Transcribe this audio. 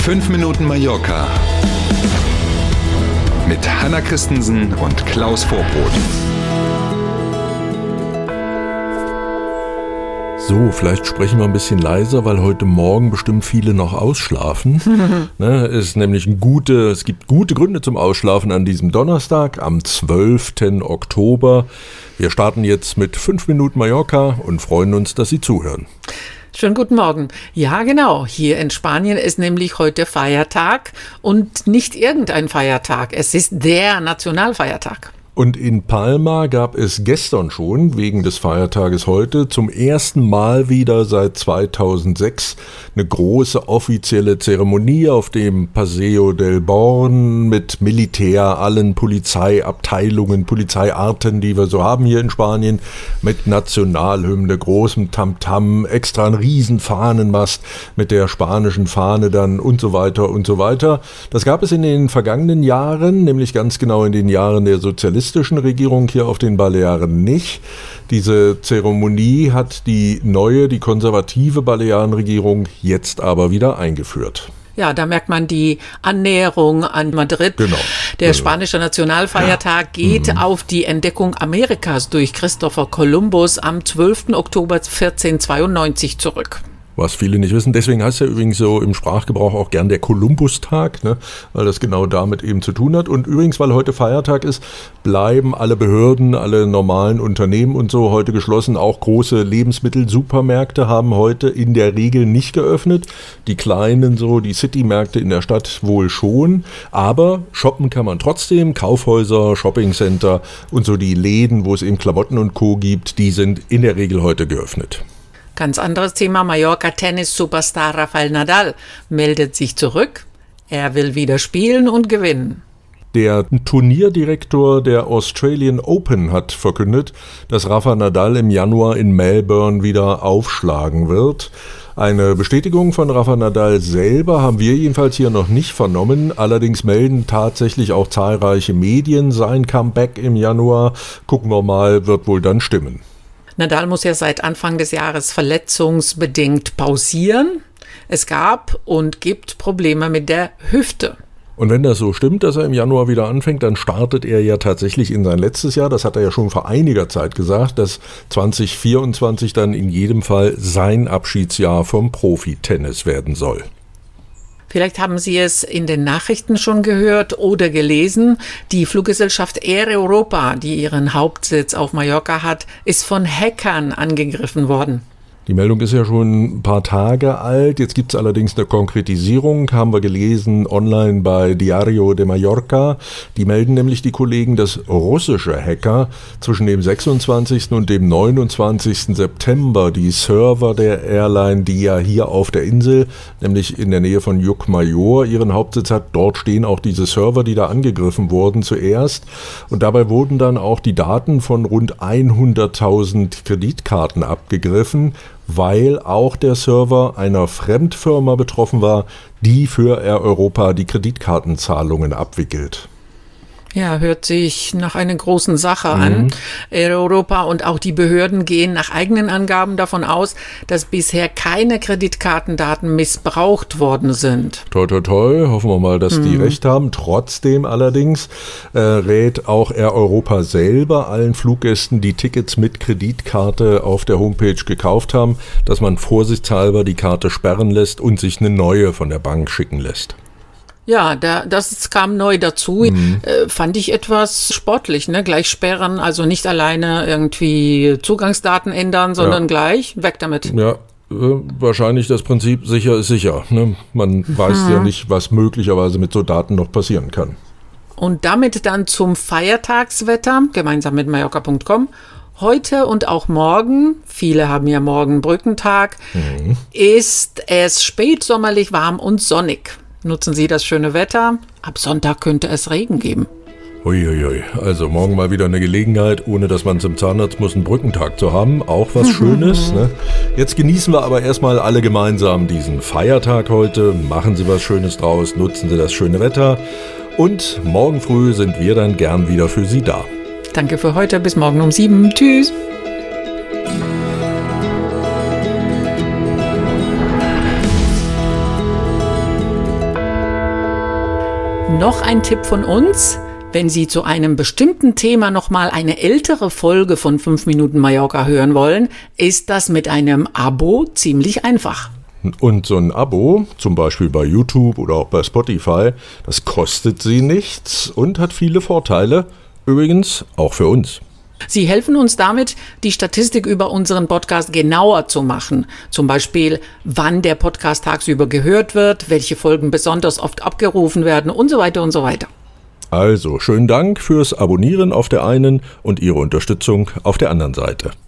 5 Minuten Mallorca mit Hanna Christensen und Klaus Vorbrot. So, vielleicht sprechen wir ein bisschen leiser, weil heute Morgen bestimmt viele noch ausschlafen. Es gibt gute Gründe zum Ausschlafen an diesem Donnerstag, am 12. Oktober. Wir starten jetzt mit 5 Minuten Mallorca und freuen uns, dass Sie zuhören. Schönen guten Morgen. Ja, genau. Hier in Spanien ist nämlich heute Feiertag und nicht irgendein Feiertag. Es ist der Nationalfeiertag. Und in Palma gab es gestern schon, wegen des Feiertages heute, zum ersten Mal wieder seit 2006 eine große offizielle Zeremonie auf dem Paseo del Born mit Militär, allen Polizeiabteilungen, Polizeiarten, die wir so haben hier in Spanien, mit Nationalhymne, großem Tamtam, extra ein Riesenfahnenmast mit der spanischen Fahne dann und so weiter und so weiter. Das gab es in den vergangenen Jahren, nämlich ganz genau in den Jahren der sozialistischen Regierung hier auf den Balearen nicht. Diese Zeremonie hat die konservative Balearenregierung jetzt aber wieder eingeführt. Ja, da merkt man die Annäherung an Madrid. Genau. Der spanische Nationalfeiertag geht auf die Entdeckung Amerikas durch Christopher Columbus am 12. Oktober 1492 zurück. Was viele nicht wissen. Deswegen heißt er übrigens so im Sprachgebrauch auch gern der Kolumbustag, weil das genau damit eben zu tun hat. Und übrigens, weil heute Feiertag ist, bleiben alle Behörden, alle normalen Unternehmen und so heute geschlossen. Auch große Lebensmittelsupermärkte haben heute in der Regel nicht geöffnet. Die kleinen, die City-Märkte in der Stadt wohl schon. Aber shoppen kann man trotzdem. Kaufhäuser, Shoppingcenter und so die Läden, wo es eben Klamotten und Co. gibt, die sind in der Regel heute geöffnet. Ganz anderes Thema. Mallorca-Tennis-Superstar Rafael Nadal meldet sich zurück. Er will wieder spielen und gewinnen. Der Turnierdirektor der Australian Open hat verkündet, dass Rafa Nadal im Januar in Melbourne wieder aufschlagen wird. Eine Bestätigung von Rafa Nadal selber haben wir jedenfalls hier noch nicht vernommen. Allerdings melden tatsächlich auch zahlreiche Medien sein Comeback im Januar. Gucken wir mal, wird wohl dann stimmen. Nadal muss ja seit Anfang des Jahres verletzungsbedingt pausieren. Es gab und gibt Probleme mit der Hüfte. Und wenn das so stimmt, dass er im Januar wieder anfängt, dann startet er ja tatsächlich in sein letztes Jahr. Das hat er ja schon vor einiger Zeit gesagt, dass 2024 dann in jedem Fall sein Abschiedsjahr vom Profitennis werden soll. Vielleicht haben Sie es in den Nachrichten schon gehört oder gelesen. Die Fluggesellschaft Air Europa, die ihren Hauptsitz auf Mallorca hat, ist von Hackern angegriffen worden. Die Meldung ist ja schon ein paar Tage alt. Jetzt gibt es allerdings eine Konkretisierung, haben wir gelesen online bei Diario de Mallorca. Die melden nämlich die Kollegen, dass russische Hacker zwischen dem 26. und dem 29. September die Server der Airline, die ja hier auf der Insel, nämlich in der Nähe von Llucmajor, ihren Hauptsitz hat, dort stehen auch diese Server, die da angegriffen wurden zuerst. Und dabei wurden dann auch die Daten von rund 100.000 Kreditkarten abgegriffen, weil auch der Server einer Fremdfirma betroffen war, die für Air Europa die Kreditkartenzahlungen abwickelt. Ja, hört sich nach einer großen Sache an. Air Europa und auch die Behörden gehen nach eigenen Angaben davon aus, dass bisher keine Kreditkartendaten missbraucht worden sind. Toi, toi, toi. Hoffen wir mal, dass die recht haben. Trotzdem allerdings rät auch Air Europa selber allen Fluggästen, die Tickets mit Kreditkarte auf der Homepage gekauft haben, dass man vorsichtshalber die Karte sperren lässt und sich eine neue von der Bank schicken lässt. Ja, das kam neu dazu. Fand ich etwas sportlich, ne? Gleich sperren, also nicht alleine irgendwie Zugangsdaten ändern, sondern gleich weg damit. Ja, wahrscheinlich das Prinzip sicher ist sicher. Ne? Man weiß ja nicht, was möglicherweise mit so Daten noch passieren kann. Und damit dann zum Feiertagswetter, gemeinsam mit Mallorca.com. Heute und auch morgen, viele haben ja morgen Brückentag, ist es spätsommerlich warm und sonnig. Nutzen Sie das schöne Wetter. Ab Sonntag könnte es Regen geben. Uiuiui, also morgen mal wieder eine Gelegenheit, ohne dass man zum Zahnarzt muss, einen Brückentag zu haben. Auch was Schönes. Ne? Jetzt genießen wir aber erstmal alle gemeinsam diesen Feiertag heute. Machen Sie was Schönes draus, nutzen Sie das schöne Wetter. Und morgen früh sind wir dann gern wieder für Sie da. Danke für heute. Bis morgen um 7. Tschüss. noch ein Tipp von uns. Wenn Sie zu einem bestimmten Thema nochmal eine ältere Folge von 5 Minuten Mallorca hören wollen, ist das mit einem Abo ziemlich einfach. Und so ein Abo, zum Beispiel bei YouTube oder auch bei Spotify, das kostet Sie nichts und hat viele Vorteile, übrigens auch für uns. Sie helfen uns damit, die Statistik über unseren Podcast genauer zu machen. Zum Beispiel, wann der Podcast tagsüber gehört wird, welche Folgen besonders oft abgerufen werden und so weiter und so weiter. Also, schönen Dank fürs Abonnieren auf der einen und Ihre Unterstützung auf der anderen Seite.